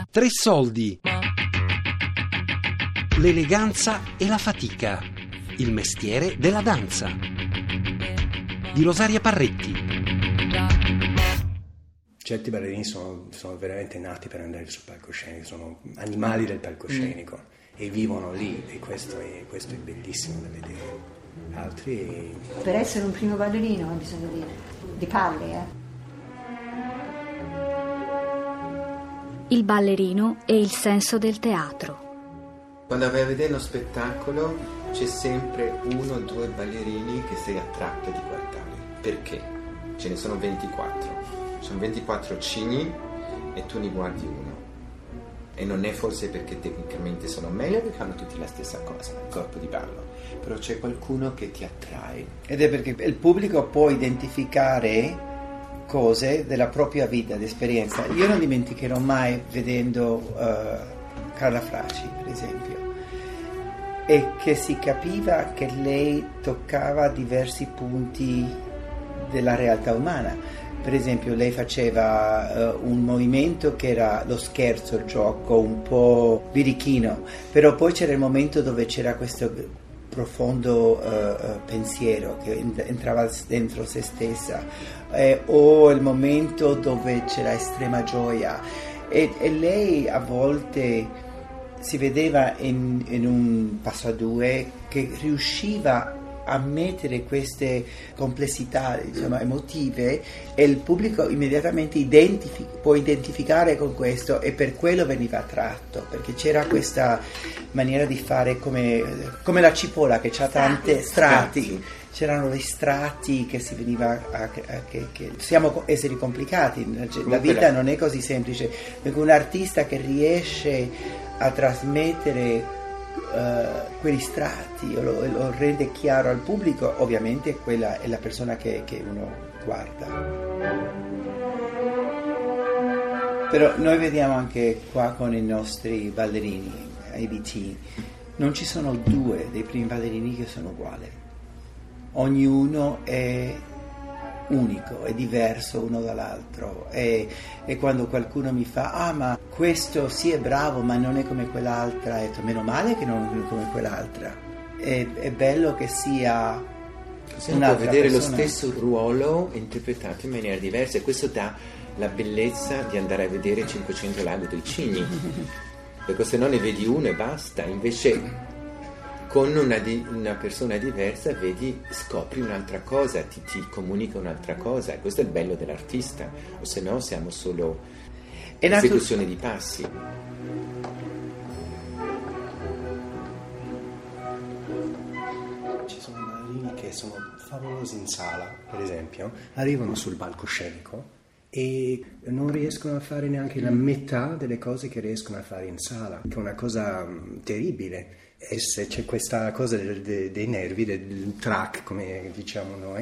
3 soldi. L'eleganza e la fatica. Il mestiere della danza. Di Rosaria Parretti. Certi ballerini sono veramente nati per andare sul palcoscenico, sono animali del palcoscenico e vivono lì, e questo è bellissimo da vedere. Altri... Per essere un primo ballerino hai bisogno di palle, Il ballerino e il senso del teatro. Quando vai a vedere uno spettacolo c'è sempre 1 o 2 ballerini che sei attratto di guardare. Perché? Ce ne sono 24. Sono 24 cigni e tu ne guardi uno. E non è forse perché tecnicamente sono meglio, perché fanno tutti la stessa cosa, il corpo di ballo. Però c'è qualcuno che ti attrae. Ed è perché il pubblico può identificare cose della propria vita, d'esperienza. Io non dimenticherò mai vedendo Carla Fracci, per esempio, e che si capiva che lei toccava diversi punti della realtà umana. Per esempio lei faceva un movimento che era lo scherzo, il gioco, un po' birichino, però poi c'era il momento dove c'era questo profondo pensiero che entrava dentro se stessa, o il momento dove c'era estrema gioia, e lei a volte si vedeva in un passo a due che riusciva a mettere queste complessità, diciamo, emotive, e il pubblico immediatamente può identificare con questo, e per quello veniva attratto, perché c'era questa maniera di fare come la cipolla che ha tante strati. C'erano dei strati che si veniva che siamo esseri complicati, la vita non è così semplice, perché un artista che riesce a trasmettere quegli strati lo rende chiaro al pubblico, ovviamente quella è la persona che uno guarda. Però noi vediamo anche qua con i nostri ballerini ABT, non ci sono 2 dei primi ballerini che sono uguali, ognuno è unico, è diverso uno dall'altro, e quando qualcuno mi fa ma questo sì è bravo ma non è come quell'altra, e meno male che non è come quell'altra, è bello che sia possiamo vedere persona. Lo stesso ruolo interpretato in maniera diversa, e questo dà la bellezza di andare a vedere 500 L'ago dei Cigni perché se no ne vedi uno e basta, invece con una persona diversa scopri un'altra cosa, ti comunica un'altra cosa, e questo è il bello dell'artista, o se no siamo solo esecuzione di passi. Ci sono ballerini che sono favolosi in sala, per esempio, arrivano sul palcoscenico e non riescono a fare neanche la metà delle cose che riescono a fare in sala, che è una cosa terribile. E se c'è questa cosa dei nervi, del track, come diciamo noi,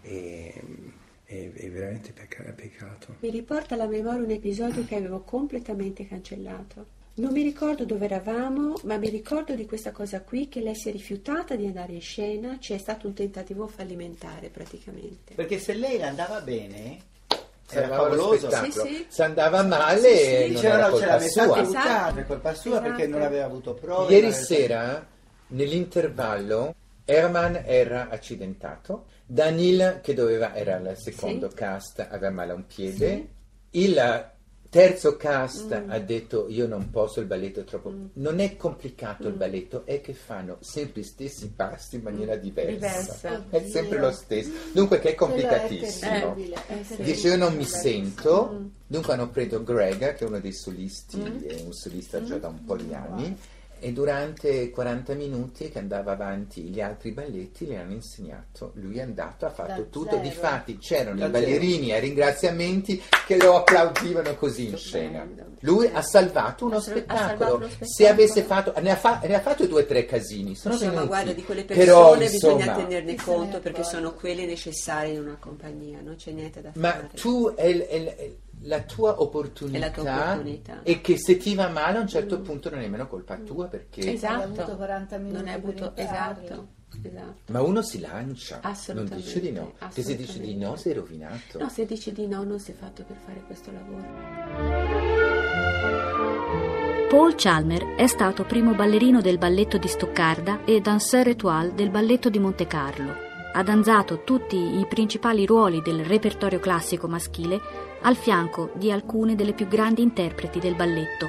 è veramente peccato. Mi riporta alla memoria un episodio che avevo completamente cancellato. Non mi ricordo dove eravamo, ma mi ricordo di questa cosa qui, che lei si è rifiutata di andare in scena, c'è stato un tentativo fallimentare praticamente. Perché se lei andava bene... era favoloso, se andava male non diceva, era colpa ce l'ha messa sua. a buttare, è colpa sua, perché non aveva avuto prove. Ieri sera nell'intervallo Herman era accidentato, Danil che era al secondo cast aveva male a un piede, il terzo cast ha detto io non posso, il balletto è troppo... Non è complicato il balletto, è che fanno sempre gli stessi passi in maniera diversa. È sempre lo stesso, dunque che è complicatissimo. Dice io non mi sento, dunque hanno preso Greg che è uno dei solisti, è un solista già da un po' di anni, e durante 40 minuti che andava avanti gli altri balletti le hanno insegnato, lui è andato, ha fatto tutto, difatti c'erano i ballerini a ringraziamenti che lo applaudivano così in scena. Lui ha salvato uno spettacolo, se avesse fatto ne ha fatto 2 o 3 casini, sono venuti. Ma guarda, di quelle persone però, bisogna tenerne conto, perché sono quelle necessarie in una compagnia, non c'è niente da fare. Ma tu la tua opportunità è che se ti va male a un certo punto non è nemmeno colpa tua, perché Esatto, avuto 40 minuti non è avuto, esatto. Ma uno si lancia, non Assolutamente, dice di no, che se dici di no sei rovinato. No, se dici di no non sei fatto per fare questo lavoro. Paul Chalmer è stato primo ballerino del balletto di Stoccarda e danseur étoile del balletto di Montecarlo. Ha danzato tutti i principali ruoli del repertorio classico maschile al fianco di alcune delle più grandi interpreti del balletto.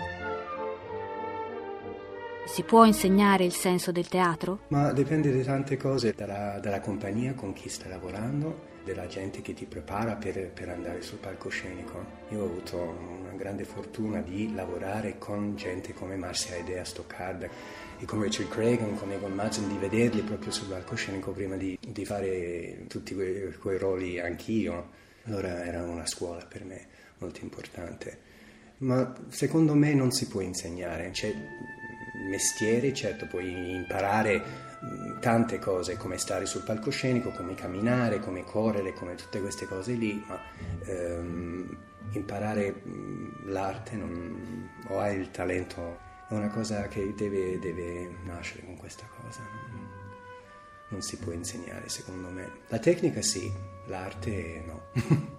Si può insegnare il senso del teatro? Ma dipende da tante cose, dalla compagnia con chi stai lavorando, della gente che ti prepara per andare sul palcoscenico. Io ho avuto una grande fortuna di lavorare con gente come Marcia Aidé a Stoccarda e con Richard Cragen, con Egon Madsen, di vederli proprio sul palcoscenico prima di fare tutti quei ruoli anch'io. Allora era una scuola per me molto importante. Ma secondo me non si può insegnare, c'è il mestiere, certo puoi imparare tante cose, come stare sul palcoscenico, come camminare, come correre, come tutte queste cose lì, ma imparare l'arte o hai il talento è una cosa che deve nascere con questa cosa, non si può insegnare secondo me. La tecnica sì, l'arte no.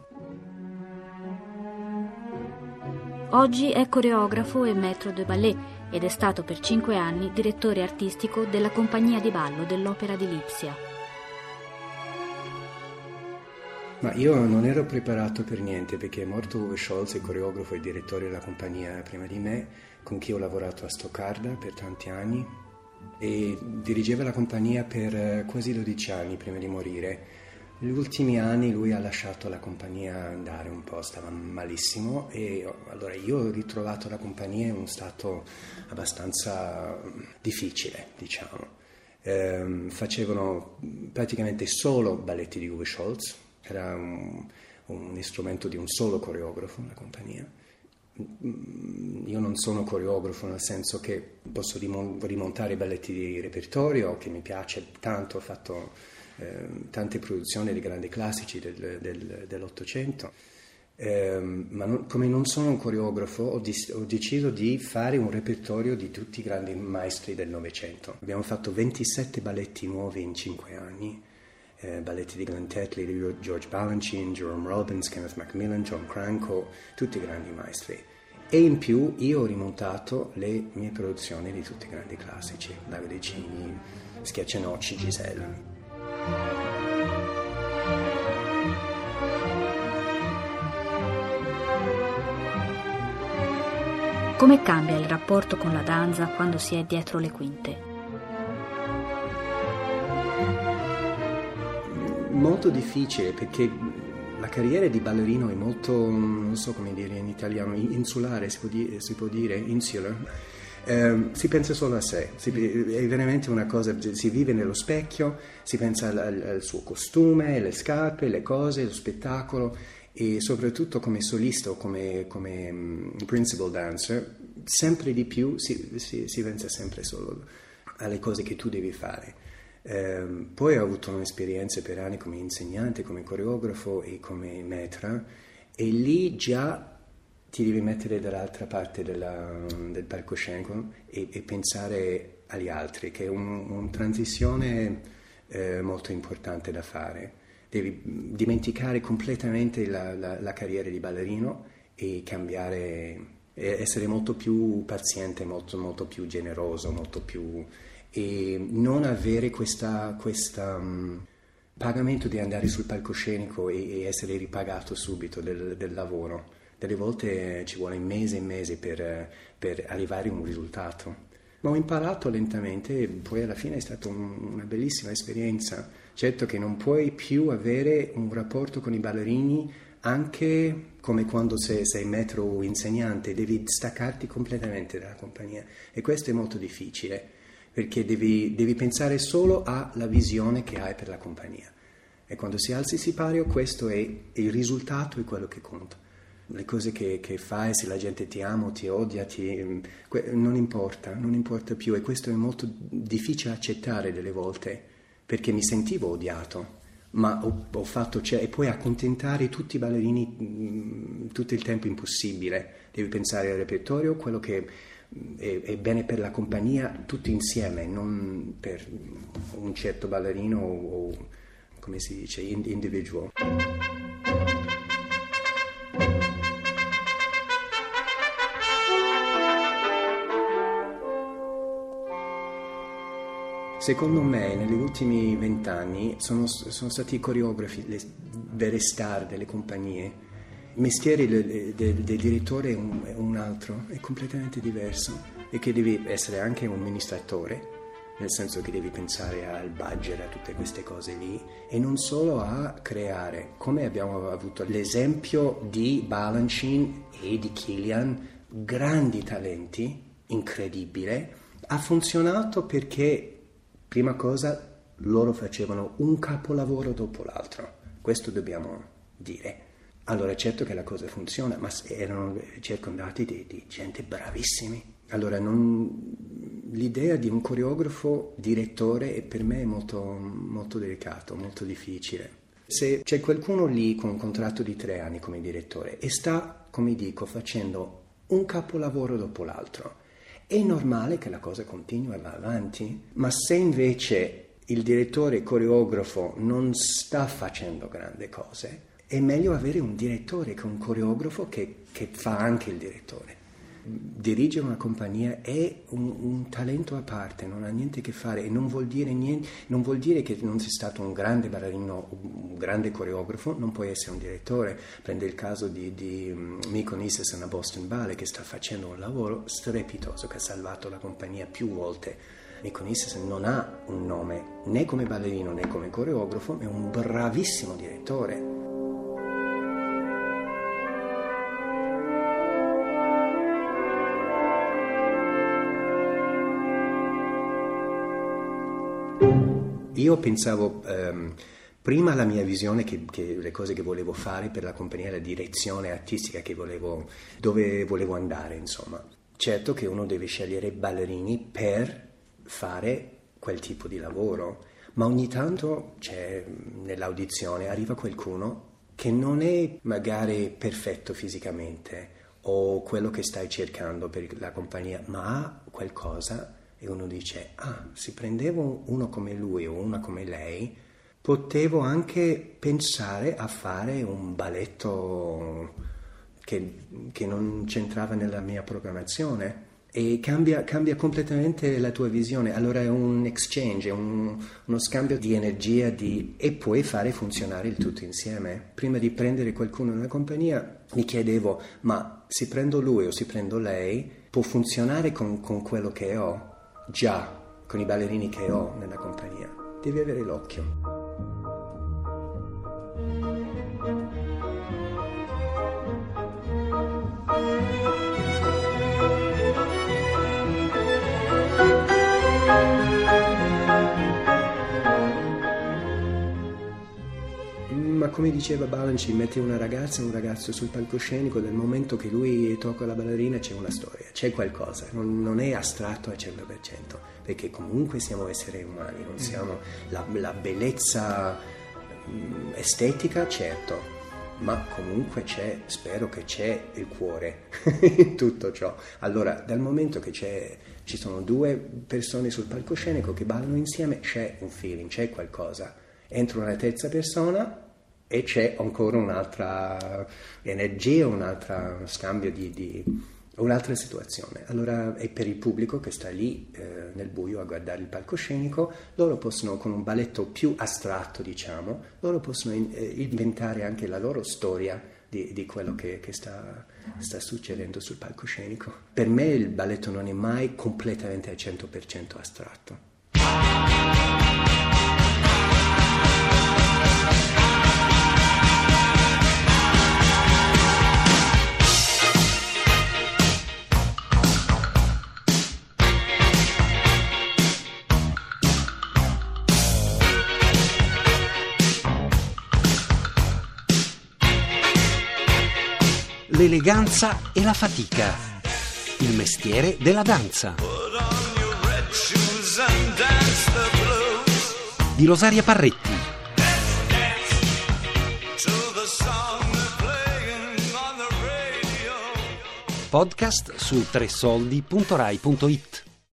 Oggi è coreografo e maître de ballet ed è stato per 5 anni direttore artistico della compagnia di ballo dell'Opera di Lipsia. Ma io non ero preparato per niente, perché è morto Uwe Scholz, il coreografo e direttore della compagnia prima di me, con chi ho lavorato a Stoccarda per tanti anni, e dirigeva la compagnia per quasi 12 anni prima di morire. Negli ultimi anni lui ha lasciato la compagnia andare un po', stava malissimo, e allora io ho ritrovato la compagnia in uno stato abbastanza difficile, diciamo. Facevano praticamente solo balletti di Uwe Scholz, era un strumento di un solo coreografo la compagnia. Io non sono coreografo, nel senso che posso rimontare balletti di repertorio, che mi piace tanto, ho fatto tante produzioni di grandi classici dell'Ottocento, ma come non sono un coreografo ho deciso di fare un repertorio di tutti i grandi maestri del Novecento. Abbiamo fatto 27 balletti nuovi in 5 anni, balletti di Glenn Tetley, George Balanchine, Jerome Robbins, Kenneth Macmillan, John Cranko, tutti i grandi maestri. E in più io ho rimontato le mie produzioni di tutti i grandi classici, Davide Cini, Schiaccianocci, Giselle. Come cambia il rapporto con la danza quando si è dietro le quinte? Molto difficile, perché la carriera di ballerino è molto, non so come dire in italiano, insulare, si può dire, insular. Si pensa solo a sé, è veramente una cosa, si vive nello specchio, si pensa al suo costume, alle scarpe, le cose, lo spettacolo, e soprattutto come solista o come principal dancer, sempre di più si pensa sempre solo alle cose che tu devi fare. Poi ho avuto un'esperienza per anni come insegnante, come coreografo e come maître, e lì già ti devi mettere dall'altra parte del palcoscenico e pensare agli altri, che è una transizione molto importante da fare. Devi dimenticare completamente la carriera di ballerino e cambiare, essere molto più paziente, molto, molto più generoso, molto più, e non avere questo pagamento di andare sul palcoscenico e essere ripagato subito del lavoro. Delle volte ci vuole mesi e mesi per arrivare a un risultato. Ma ho imparato lentamente e poi alla fine è stata una bellissima esperienza. Certo che non puoi più avere un rapporto con i ballerini, anche come quando sei maître o insegnante, devi staccarti completamente dalla compagnia, e questo è molto difficile, perché devi pensare solo alla visione che hai per la compagnia, e quando si alza il sipario questo è il risultato, è quello che conta. Le cose che fai, se la gente ti ama o ti odia, non importa più, e questo è molto difficile accettare delle volte, perché mi sentivo odiato, ma ho fatto, e poi accontentare tutti i ballerini tutto il tempo impossibile. Devi pensare al repertorio, quello che è bene per la compagnia, tutti insieme, non per un certo ballerino o come si dice, individual. Secondo me negli ultimi 20 anni sono stati i coreografi le vere star delle compagnie. Il mestiere del direttore è un altro, è completamente diverso, e che devi essere anche un amministratore, nel senso che devi pensare al budget, a tutte queste cose lì, e non solo a creare, come abbiamo avuto l'esempio di Balanchine e di Kilian, grandi talenti, incredibile. Ha funzionato perché, prima cosa, loro facevano un capolavoro dopo l'altro, questo dobbiamo dire. Allora certo che la cosa funziona, ma erano circondati di gente bravissimi. Allora l'idea di un coreografo direttore per me è molto, molto delicato, molto difficile. Se c'è qualcuno lì con un contratto di 3 anni come direttore e sta, come dico, facendo un capolavoro dopo l'altro, è normale che la cosa continui e va avanti. Ma se invece il direttore coreografo non sta facendo grandi cose, è meglio avere un direttore che un coreografo che fa anche il direttore. Dirigere una compagnia è un talento a parte, non ha niente a che fare, e non vuol dire niente, non vuol dire che non sei stato un grande ballerino, un grande coreografo, non puoi essere un direttore. Prende il caso di Mikko Nissesen a Boston Ballet, che sta facendo un lavoro strepitoso, che ha salvato la compagnia più volte. Mikko Nissesen non ha un nome né come ballerino né come coreografo, ma è un bravissimo direttore. Io pensavo prima alla mia visione, che le cose che volevo fare per la compagnia, la direzione artistica dove volevo andare, insomma. Certo che uno deve scegliere ballerini per fare quel tipo di lavoro, ma ogni tanto nell'audizione arriva qualcuno che non è magari perfetto fisicamente o quello che stai cercando per la compagnia, ma ha qualcosa. E uno dice, se prendevo uno come lui o una come lei, potevo anche pensare a fare un balletto che non c'entrava nella mia programmazione. E cambia completamente la tua visione. Allora è un exchange, è uno scambio di energia e puoi fare funzionare il tutto insieme. Prima di prendere qualcuno nella compagnia mi chiedevo, ma se prendo lui o se prendo lei, può funzionare con quello che ho? Già, con i ballerini che ho nella compagnia. Devi avere l'occhio. Ma come diceva Balanchine, metti una ragazza e un ragazzo sul palcoscenico, dal momento che lui tocca la ballerina c'è una storia, c'è qualcosa, non è astratto al 100%, perché comunque siamo esseri umani, non siamo la bellezza estetica, certo, ma comunque spero che c'è il cuore in tutto ciò. Allora, dal momento che ci sono 2 persone sul palcoscenico che ballano insieme, c'è un feeling, c'è qualcosa. Entra una terza persona e c'è ancora un'altra energia, un altro scambio di un'altra situazione. Allora è per il pubblico che sta lì nel buio a guardare il palcoscenico, loro possono, con un balletto più astratto diciamo, loro possono inventare anche la loro storia di quello che sta succedendo sul palcoscenico. Per me il balletto non è mai completamente al 100% astratto. L'eleganza e la fatica, il mestiere della danza. Di Rosaria Parretti. Podcast su tresoldi.rai.it.